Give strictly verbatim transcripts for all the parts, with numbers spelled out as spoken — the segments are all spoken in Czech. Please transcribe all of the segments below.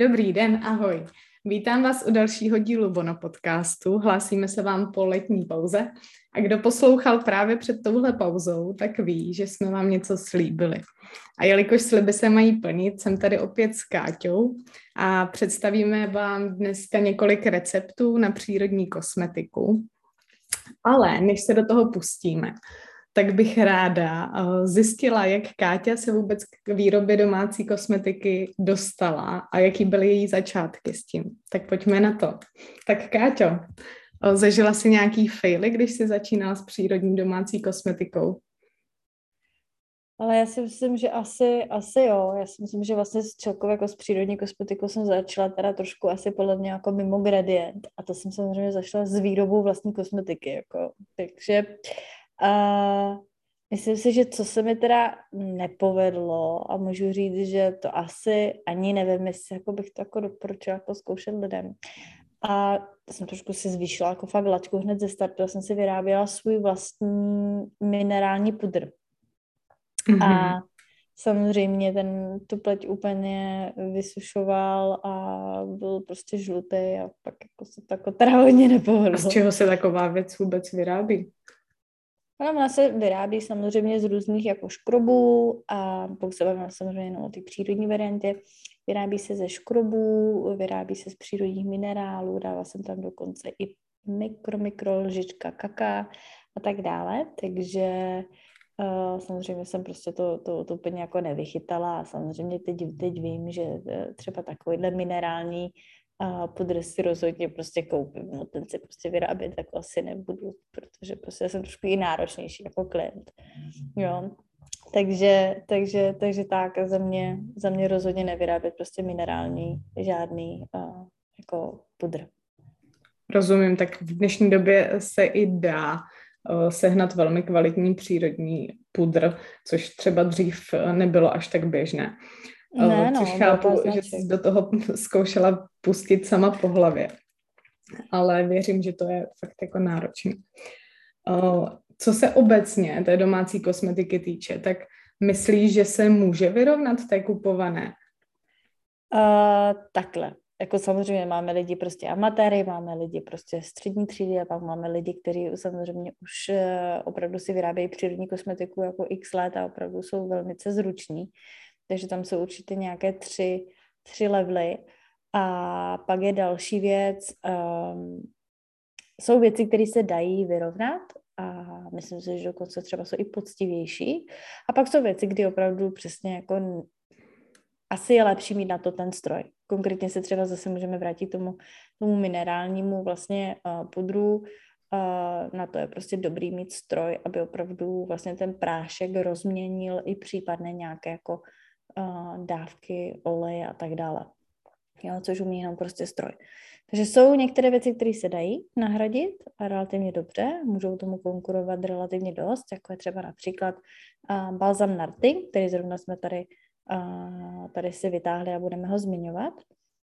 Dobrý den, ahoj. Vítám vás u dalšího dílu Bono podcastu. Hlásíme se vám po letní pauze. A kdo poslouchal právě před touhle pauzou, tak ví, že jsme vám něco slíbili. A jelikož sliby se mají plnit, jsem tady opět s Káťou a představíme vám dneska několik receptů na přírodní kosmetiku. Ale než se do toho pustíme, tak bych ráda zjistila, jak Káťa se vůbec k výrobě domácí kosmetiky dostala a jaký byly její začátky s tím. Tak pojďme na to. Tak Káťo, zažila jsi nějaký faily, když jsi začínala s přírodní domácí kosmetikou? Ale já si myslím, že asi, asi jo. Já si myslím, že vlastně celkově jako s přírodní kosmetikou jsem začala teda trošku asi podle mě jako mimo gradient. A to jsem samozřejmě začala s výrobou vlastní kosmetiky. Jako. Takže a myslím si, že co se mi teda nepovedlo a můžu říct, že to asi ani nevím, jestli jako bych to jako doporučila jako zkoušet lidem. A jsem trošku si zvýšila jako fakt laťku hned ze startu. Já jsem si vyráběla svůj vlastní minerální pudr. Mm-hmm. A samozřejmě ten tu pleť úplně vysušoval a byl prostě žlutý a pak jako se to jako teda hodně nepovedlo. A z čeho se taková věc vůbec vyrábí? Ona se vyrábí samozřejmě z různých jako škrobů a pokud se bavíme samozřejmě jenom o té přírodní variantě, vyrábí se ze škrobů, vyrábí se z přírodních minerálů, dává jsem tam dokonce i mikro, mikro lžička kaká a tak dále, takže uh, samozřejmě jsem prostě to, to, to úplně jako nevychytala a samozřejmě teď, teď vím, že třeba takovýhle minerální a pudr si rozhodně prostě koupím, no ten si prostě vyrábět tak asi nebudu, protože prostě jsem trošku i náročnější jako klient, jo. Takže, takže, takže tak za mě, za mě rozhodně nevyrábět prostě minerální žádný uh, jako pudr. Rozumím, tak v dnešní době se i dá uh, sehnat velmi kvalitní přírodní pudr, což třeba dřív nebylo až tak běžné. Ne, no, což chápu, že jsi do toho zkoušela pustit sama po hlavě. Ale věřím, že to je fakt jako náročné. Co se obecně té domácí kosmetiky týče, tak myslíš, že se může vyrovnat té kupované? Uh, takhle. Jako samozřejmě máme lidi prostě amatéry, máme lidi prostě střední třídy a pak máme lidi, kteří samozřejmě už uh, opravdu si vyrábějí přírodní kosmetiku jako x let a opravdu jsou velmi zruční. Takže tam jsou určitě nějaké tři, tři levely. A pak je další věc, um, jsou věci, které se dají vyrovnat a myslím si, že dokonce třeba jsou i poctivější. A pak jsou věci, kdy opravdu přesně jako asi je lepší mít na to ten stroj. Konkrétně se třeba zase můžeme vrátit tomu, tomu minerálnímu vlastně uh, pudru. Uh, na to je prostě dobrý mít stroj, aby opravdu vlastně ten prášek rozměnil i případně nějaké jako Uh, dávky, oleje a tak dále. Jo, což umí jenom prostě stroj. Takže jsou některé věci, které se dají nahradit a relativně dobře, můžou tomu konkurovat relativně dost, jako je třeba například uh, balzam Narty, který zrovna jsme tady, uh, tady si vytáhli a budeme ho zmiňovat.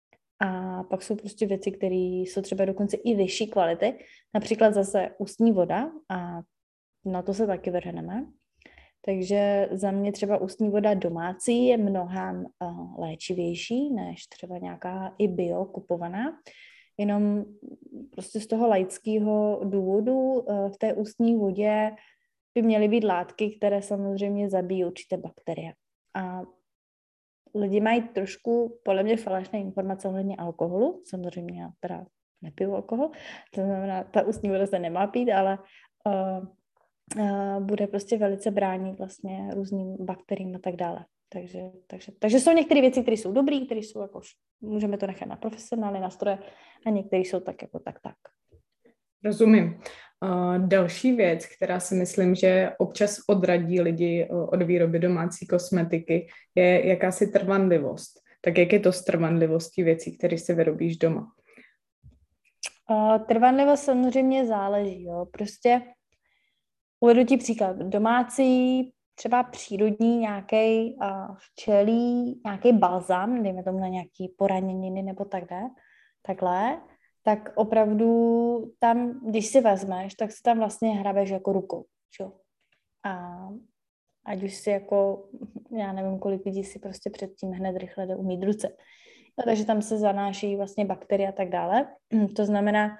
A pak jsou prostě věci, které jsou třeba dokonce i vyšší kvality, například zase ústní voda a na to se taky vrhneme. Takže za mě třeba ústní voda domácí je mnohem uh, léčivější než třeba nějaká i bio kupovaná. Jenom prostě z toho laického důvodu uh, v té ústní vodě by měly být látky, které samozřejmě zabíjí určité bakterie. A lidi mají trošku podle mě falešné informace ohledně alkoholu. Samozřejmě já teda nepiju alkohol, to znamená, ta ústní voda se nemá pít, ale uh, Uh, bude prostě velice bránit vlastně různým bakteriím a tak dále. Takže, takže, takže jsou některé věci, které jsou dobré, které jsou jako, můžeme to nechat na profesionální nástroje a některé jsou tak jako tak tak. Rozumím. Uh, další věc, která si myslím, že občas odradí lidi od výroby domácí kosmetiky, je jakási trvanlivost. Tak jak je to s trvanlivostí věcí, které si vyrobíš doma? Uh, trvanlivost samozřejmě záleží, jo. Prostě uvedu ti příklad. Domácí, třeba přírodní nějaký uh, včelí, nějaký balzam, dejme tomu na nějaký poraněniny nebo takhle, takhle, tak opravdu tam, když si vezmeš, tak si tam vlastně hrabeš jako rukou. Čo? A ať už si jako, já nevím, kolik lidí si prostě předtím hned rychle jde umýt ruce. takže tam se zanáší vlastně bakterie a tak dále. To znamená,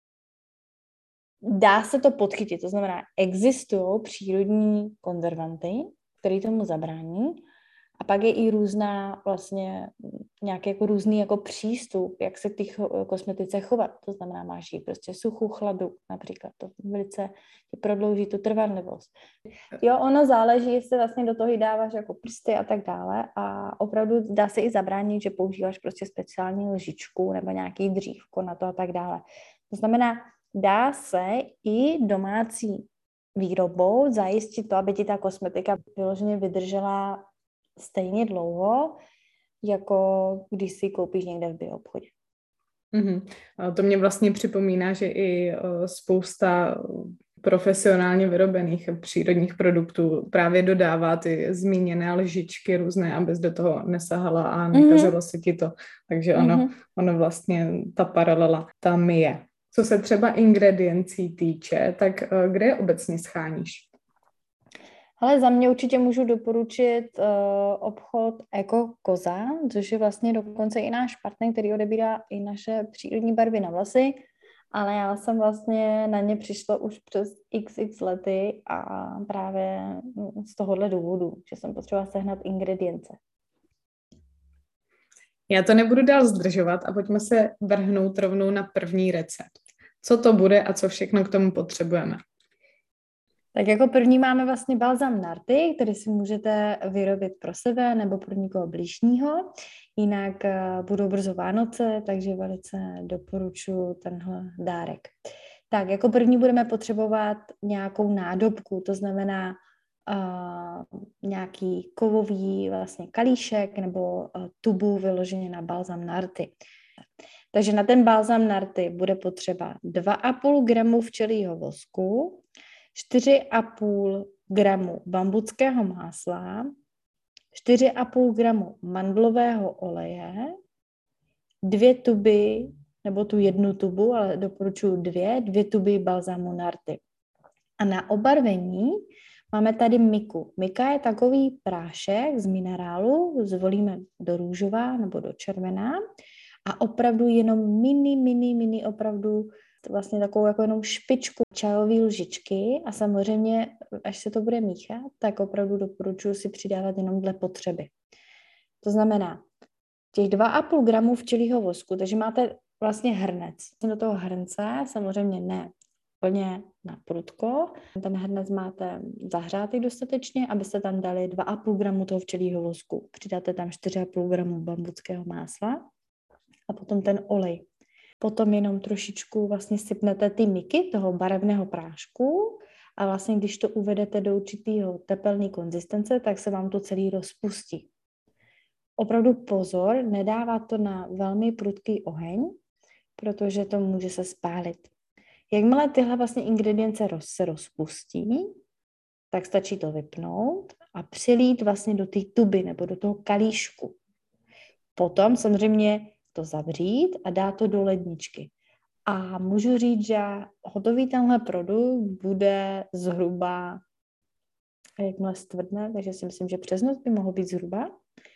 dá se to podchytit, to znamená, existují přírodní konzervanty, které tomu zabrání, a pak je i různá vlastně nějaký jako různý jako přístup, jak se k té kosmetice chovat. To znamená, máš jí prostě suchou chladu například. To velice ti prodlouží tu trvanlivost. Jo, ono záleží, jestli vlastně do toho dáváš jako prsty a tak dále, a opravdu dá se i zabránit, že používáš prostě speciální lžičku nebo nějaký dřívko na to a tak dále. To znamená, dá se i domácí výrobou zajistit to, aby ti ta kosmetika vyloženě vydržela stejně dlouho, jako když si koupíš někde v bioobchodě. Mm-hmm. A to mě vlastně připomíná, že i spousta profesionálně vyrobených přírodních produktů právě dodává ty zmíněné lžičky různé, abys do toho nesahala a nekazilo mm-hmm. se ti to. Takže ono, mm-hmm. ono vlastně, ta paralela tam je. Co se třeba ingrediencí týče, tak kde je obecně scháníš? Ale za mě určitě můžu doporučit uh, obchod Eko Koza, což je vlastně dokonce i náš partner, který odebírá i naše přírodní barvy na vlasy, ale já jsem vlastně na ně přišla už přes iks iks lety a právě z tohohle důvodu, že jsem potřebovala sehnat ingredience. Já to nebudu dál zdržovat a pojďme se vrhnout rovnou na první recept. Co to bude a co všechno k tomu potřebujeme? Tak jako první máme vlastně balzam Narty, který si můžete vyrobit pro sebe nebo pro někoho blížního. Jinak uh, budou brzo Vánoce, takže velice doporučuji tenhle dárek. Tak jako první budeme potřebovat nějakou nádobku, to znamená uh, nějaký kovový vlastně kalíšek nebo uh, tubu vyloženě na balzam Narty. Takže na ten balzam Narty bude potřeba dva a půl gramu včelího vosku, čtyři a půl gramu bambuckého másla, čtyři a půl gramu mandlového oleje, dvě tuby, nebo tu jednu tubu, ale doporučuji dvě, dvě tuby balzamu Narty. A na obarvení máme tady miku. Mika je takový prášek z minerálu, zvolíme do růžová nebo do červená, a opravdu jenom mini, mini, mini opravdu vlastně takovou jako jenom špičku čajové lžičky, a samozřejmě, až se to bude míchat, tak opravdu doporučuji si přidávat jenom dle potřeby. To znamená, těch dva a půl gramu včelího vosku, takže máte vlastně hrnec. Do toho hrnce samozřejmě ne plně na prudko. Ten hrnec máte zahřátý dostatečně, abyste tam dali dva a půl gramu toho včelího vosku. Přidáte tam čtyři a půl gramu bambuckého másla a potom ten olej. Potom jenom trošičku vlastně sypnete ty miky toho barevného prášku a vlastně když to uvedete do určitého tepelné konzistence, tak se vám to celý rozpustí. Opravdu pozor, nedává to na velmi prudký oheň, protože to může se spálit. Jakmile tyhle vlastně ingredience roz, se rozpustí, tak stačí to vypnout a přilít vlastně do té tuby nebo do toho kalíšku. Potom samozřejmě to zavřít a dát to do ledničky. A můžu říct, že hotový tenhle produkt bude zhruba, jakmile stvrdne, takže si myslím, že přes noc by mohl být zhruba.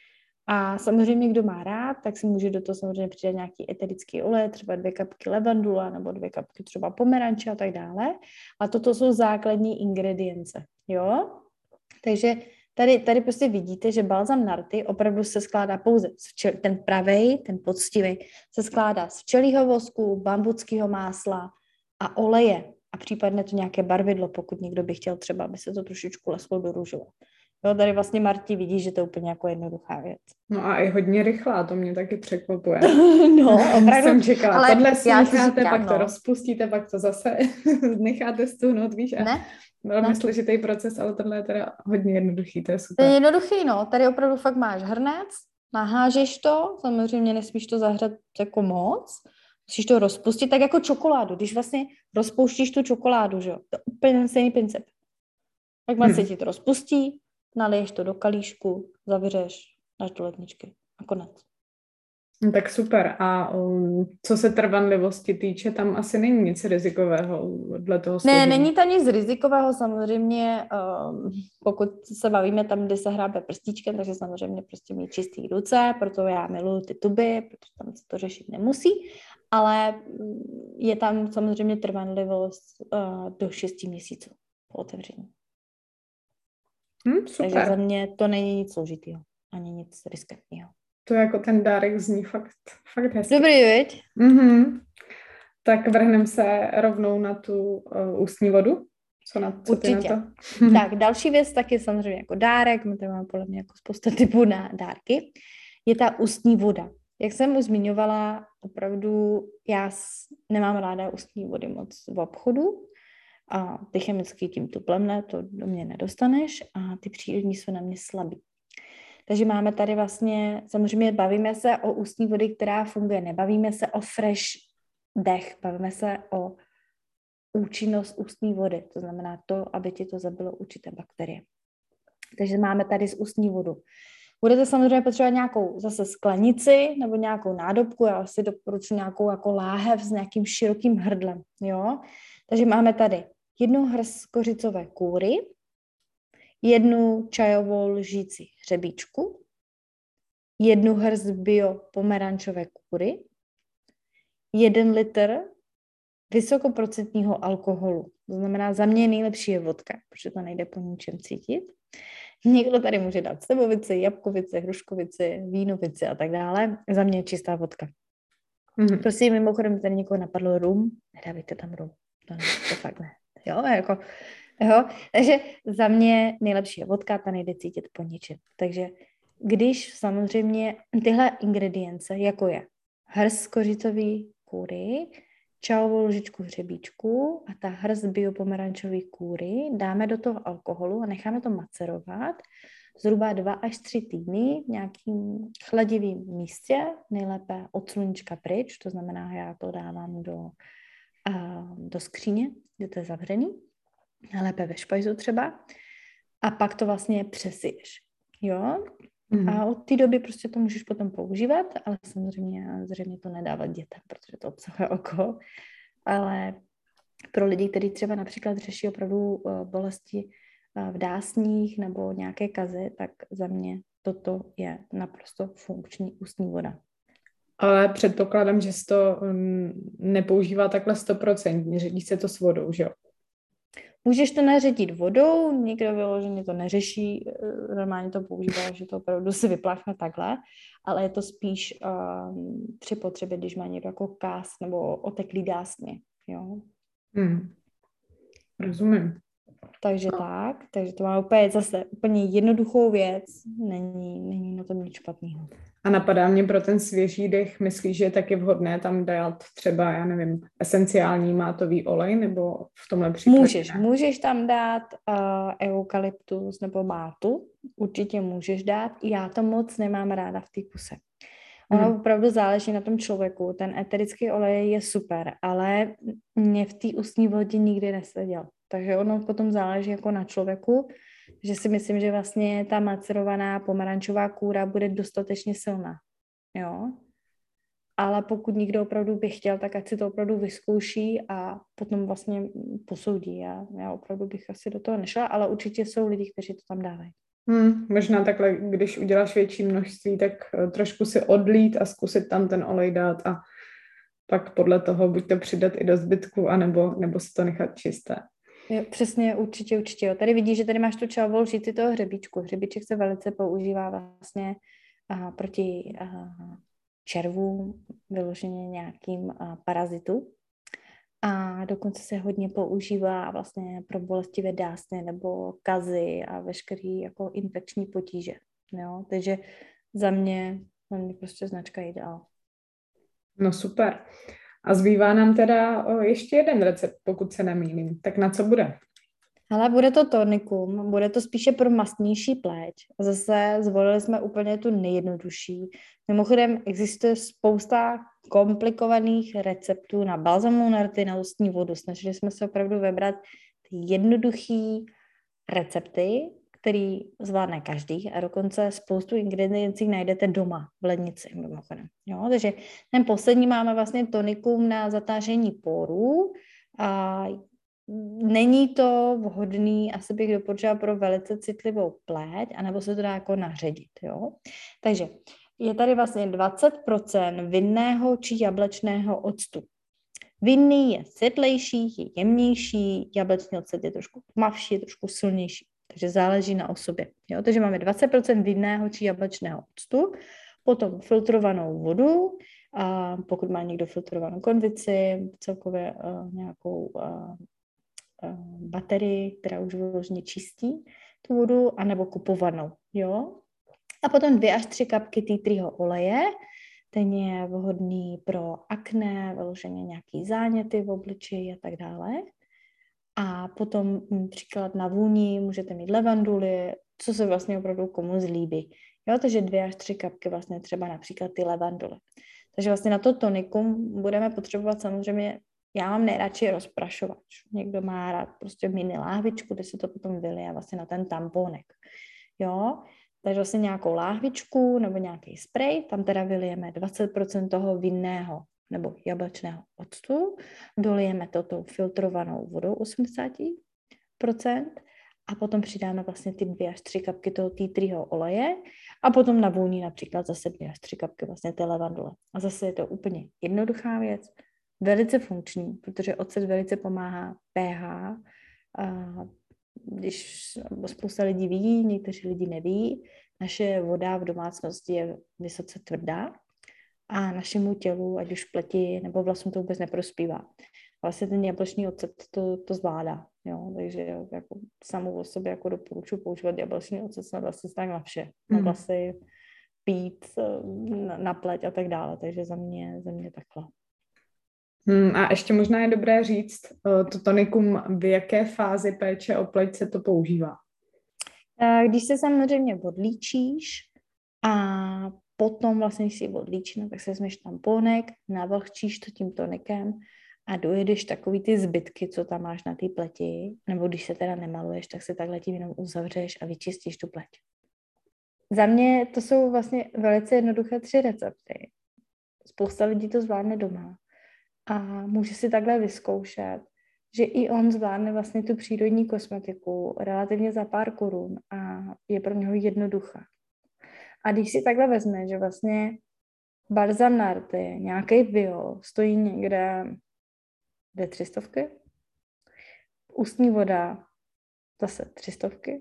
A samozřejmě, kdo má rád, tak si může do toho samozřejmě přidat nějaký eterický olej, třeba dvě kapky levandula nebo dvě kapky třeba pomeranče a tak dále. A toto jsou základní ingredience, jo? Takže Tady, tady prostě vidíte, že balzam Narty opravdu se skládá pouze, z včel, ten pravej, ten poctivý, se skládá z včelího vosku, bambuckého másla a oleje. A případně to nějaké barvidlo, pokud někdo by chtěl třeba, aby se to trošičku lesklo do růžova. Jo, tady vlastně Marti vidí, že to je úplně jako jednoduchá věc. No a i hodně rychlá, to mě taky překvapuje. No, opravdu. Jsem čekala, ale tohle si necháte, říkám, pak no. to rozpustíte, pak to zase necháte stuhnout, víš? A ne? velmi ne. složitý proces, ale tohle je teda hodně jednoduchý, to je super. To je jednoduchý, no. Tady opravdu fakt máš hrnec, nahážeš to, samozřejmě nesmíš to zahřát jako moc, musíš to rozpustit, tak jako čokoládu. Když vlastně rozpouštíš tu čokoládu, že jo, to je úplně ten stejný princip. Jakmile hmm. se ti to rozpustí, naliješ to do kalíšku, zavřeš, dáš do ledničky a konec. No, tak super. A um, co se trvanlivosti týče, tam asi není nic rizikového dle toho Ne, složení. není to nic rizikového, samozřejmě, um, pokud se bavíme tam, kde se hrabe prstíčkem, takže samozřejmě prostě mít čistý ruce, proto já miluji ty tuby, protože tam se to řešit nemusí, ale je tam samozřejmě trvanlivost uh, do šesti měsíců po otevření. Hm, Takže za super. mě to není nic složitého, ani nic riskantního. To jako ten dárek zní fakt, fakt hezky. Dobrý, viď? Mhm. Tak vrhneme se rovnou na tu uh, ústní vodu. Co, na, co ty na Určitě. to? Tak, další věc taky samozřejmě jako dárek, my tady máme podle mě jako spousta typů na dárky, je ta ústní voda. Jak jsem už zmiňovala, opravdu já nemám ráda ústní vody moc v obchodu a ty chemický tím tuplem ne, to do mě nedostaneš a ty přírodní jsou na mě slabý. Takže máme tady vlastně, samozřejmě bavíme se o ústní vody, která funguje, nebavíme se o fresh dech, bavíme se o účinnost ústní vody, to znamená to, aby ti to zabilo určité bakterie. Takže máme tady z ústní vodu. Budete samozřejmě potřebovat nějakou zase sklenici nebo nějakou nádobku, já si doporučuji nějakou jako láhev s nějakým širokým hrdlem, jo. Takže máme tady jednu hrst kořicové kůry, jednu čajovou lžíci hřebíčku, jednu hrst bio pomerančové kůry, jeden litr vysokoprocentního alkoholu. To znamená, za mě nejlepší je vodka, protože to nejde po ničem cítit. Někdo tady může dát slivovici, jabkovici, hruškovici, vínovici a tak dále. Za mě je čistá vodka. Mm-hmm. Prosím, mimochodem, tady někoho napadlo rum, nedávejte tam rum. To, ne, to fakt ne. Jo, jako, jo. Takže za mě nejlepší je vodka, ta nejde cítit po ničem. Takže když samozřejmě tyhle ingredience, jako je hrst kořicový kůry, čajovou lžičku hřebíčku a ta hrst biopomerančové kůry dáme do toho alkoholu a necháme to macerovat zhruba dva až tři týdny v nějakým chladivém místě, nejlépe od sluníčka pryč, to znamená, já to dávám do, uh, do skříně, kde to je zavřený, nejlépe ve špajzu třeba, a pak to vlastně přesiješ, jo? Mm. A od té doby prostě to můžeš potom používat, ale samozřejmě zřejmě to nedávat dětem, protože to obsahuje alkohol. Ale pro lidi, kteří třeba například řeší opravdu bolesti v dásních nebo nějaké kazy, tak za mě toto je naprosto funkční ústní voda. Ale předpokládám, že se to nepoužívá takhle stoprocentně, ředí se to s vodou, že jo? Můžeš to naředit vodou, nikdo vyloženě to neřeší, normálně to používá, že to opravdu se vypláchne takhle, ale je to spíš um, při potřebě, když má někdo jako kás nebo oteklý dásně, jo. Hmm. Rozumím. Takže no. tak, takže to má úplně zase úplně jednoduchou věc, není, není na tom nic špatného. A napadá mě pro ten svěží dech, myslíš, že je taky vhodné tam dát třeba, já nevím, esenciální mátový olej, nebo v tomhle případě? Můžeš, můžeš tam dát uh, eukalyptus nebo mátu, určitě můžeš dát, já to moc nemám ráda v té kuse. Ono hmm. opravdu záleží na tom člověku, ten eterický olej je super, ale mě v té ústní vodě nikdy neseděl. Takže ono potom záleží jako na člověku, že si myslím, že vlastně ta macerovaná pomerančová kůra bude dostatečně silná. Jo? Ale pokud někdo opravdu by chtěl, tak ať si to opravdu vyzkouší a potom vlastně posoudí. Já, já opravdu bych asi do toho nešla, ale určitě jsou lidi, kteří to tam dávají. Hmm, možná takhle, když uděláš větší množství, tak trošku si odlít a zkusit tam ten olej dát a pak podle toho buď to přidat i do zbytku, anebo, nebo si to nechat čisté. Jo, přesně, určitě, určitě. Jo. Tady vidíš, že tady máš tu čajovou lžíci toho hřebíčku. Hřebíček se velice používá vlastně uh, proti uh, červům, vyloženě nějakým uh, parazitu. A dokonce se hodně používá vlastně pro bolestivé dásně nebo kazy a veškerý jako infekční potíže. Jo? Takže za mě, za mě prostě značka ideál. No super. A zbývá nám teda o, ještě jeden recept, pokud se nemýlím. Tak na co bude? Ale bude to tonikum, bude to spíše pro mastnější pleť. Zase zvolili jsme úplně tu nejjednodušší. Mimochodem existuje spousta komplikovaných receptů na balzamu na rty, na ústní vodu. Snažili jsme se opravdu vybrat ty jednoduchý recepty, který zvládne každý a dokonce spoustu ingrediencí najdete doma v lednici. Mimochodem. Jo? Takže ten poslední máme vlastně tonikum na zatážení porů a není to vhodný, asi bych doporučila pro velice citlivou pleť, anebo se to dá jako naředit. Jo? Takže je tady vlastně dvacet procent vinného či jablečného octu. Vinný je světlejší, je jemnější, jablečný ocet je trošku tmavší, je trošku silnější. Takže záleží na osobě. Jo? Takže máme dvacet procent vinného či jablečného octu, potom filtrovanou vodu, a pokud má někdo filtrovanou konvici, celkově uh, nějakou uh, uh, baterii, která už vyloženě čistí tu vodu, anebo kupovanou. Jo? A potom dvě až tři kapky tea treeho oleje. Ten je vhodný pro akné, vyloženě nějaký záněty v obličeji a tak dále. A potom příklad na vůni můžete mít levanduly, co se vlastně opravdu komu zlíbí. Jo, takže dvě až tři kapky vlastně třeba například ty levanduly. Takže vlastně na to tonikum budeme potřebovat samozřejmě, já mám nejradši rozprašovač. Někdo má rád prostě mini láhvičku, kde se to potom vylije vlastně na ten tamponek. Jo, takže vlastně nějakou láhvičku nebo nějaký sprej, tam teda vylijeme dvacet procent toho vinného nebo jablečného octu, dolijeme to tou filtrovanou vodou osmdesát procent a potom přidáme vlastně ty dvě až tři kapky toho tea treeho oleje a potom na vůni například zase dvě až tři kapky vlastně té levandule. A zase je to úplně jednoduchá věc, velice funkční, protože ocet velice pomáhá pH, a když spousta lidí ví, někteří lidi neví, naše voda v domácnosti je vysoce tvrdá a našemu tělu, ať už pleti nebo vlasům, to vůbec neprospívá. Vlastně ten jablečný ocet to, to zvládá. Jo? Takže jako samou o sobě jako doporučuji používat jablečný ocet snad vlastně tak na vše. Na vlasy, pít, na, na pleť a tak dále. Takže za mě, za mě takhle. Hmm, a ještě možná je dobré říct, to tonikum, v jaké fázi péče o pleť se to používá? Když se samozřejmě odlíčíš a potom vlastně, když si odlíčíš, tak se vezmeš tamponek, navlhčíš to tím tonikem a dojedeš takový ty zbytky, co tam máš na té pleti, nebo když se teda nemaluješ, tak se takhle tím jenom uzavřeš a vyčistíš tu pleť. Za mě to jsou vlastně velice jednoduché tři recepty. Spousta lidí to zvládne doma a může si takhle vyzkoušet, že i on zvládne vlastně tu přírodní kosmetiku relativně za pár korun a je pro něho jednoduchá. A když si takhle vezme, že vlastně balzam na rty, nějaký bio, stojí někde dvě třistovky, ústní voda zase třistovky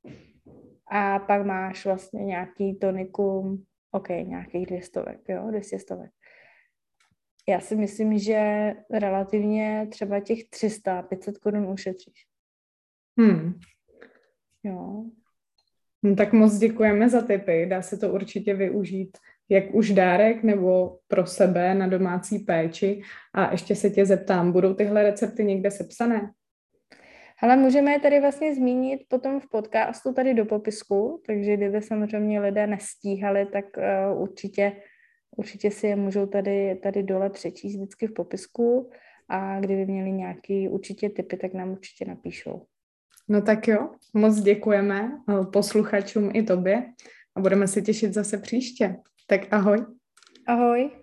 a pak máš vlastně nějaký tonikum, ok, nějakých dvě stovek, jo, dvě stě stovek. Já si myslím, že relativně třeba těch tři sta, pět set korun ušetříš. Hmm. Jo. No, tak moc děkujeme za tipy. Dá se to určitě využít jak už dárek nebo pro sebe na domácí péči. A ještě se tě zeptám, budou tyhle recepty někde sepsané? Ale můžeme je tady vlastně zmínit potom v podcastu tady do popisku, takže kdyby samozřejmě lidé nestíhali, tak uh, určitě Určitě si je můžou tady, tady dole přečíst vždycky v popisku a kdyby měli nějaký určitě tipy, tak nám určitě napíšou. No tak jo, moc děkujeme posluchačům i tobě a budeme se těšit zase příště. Tak ahoj. Ahoj.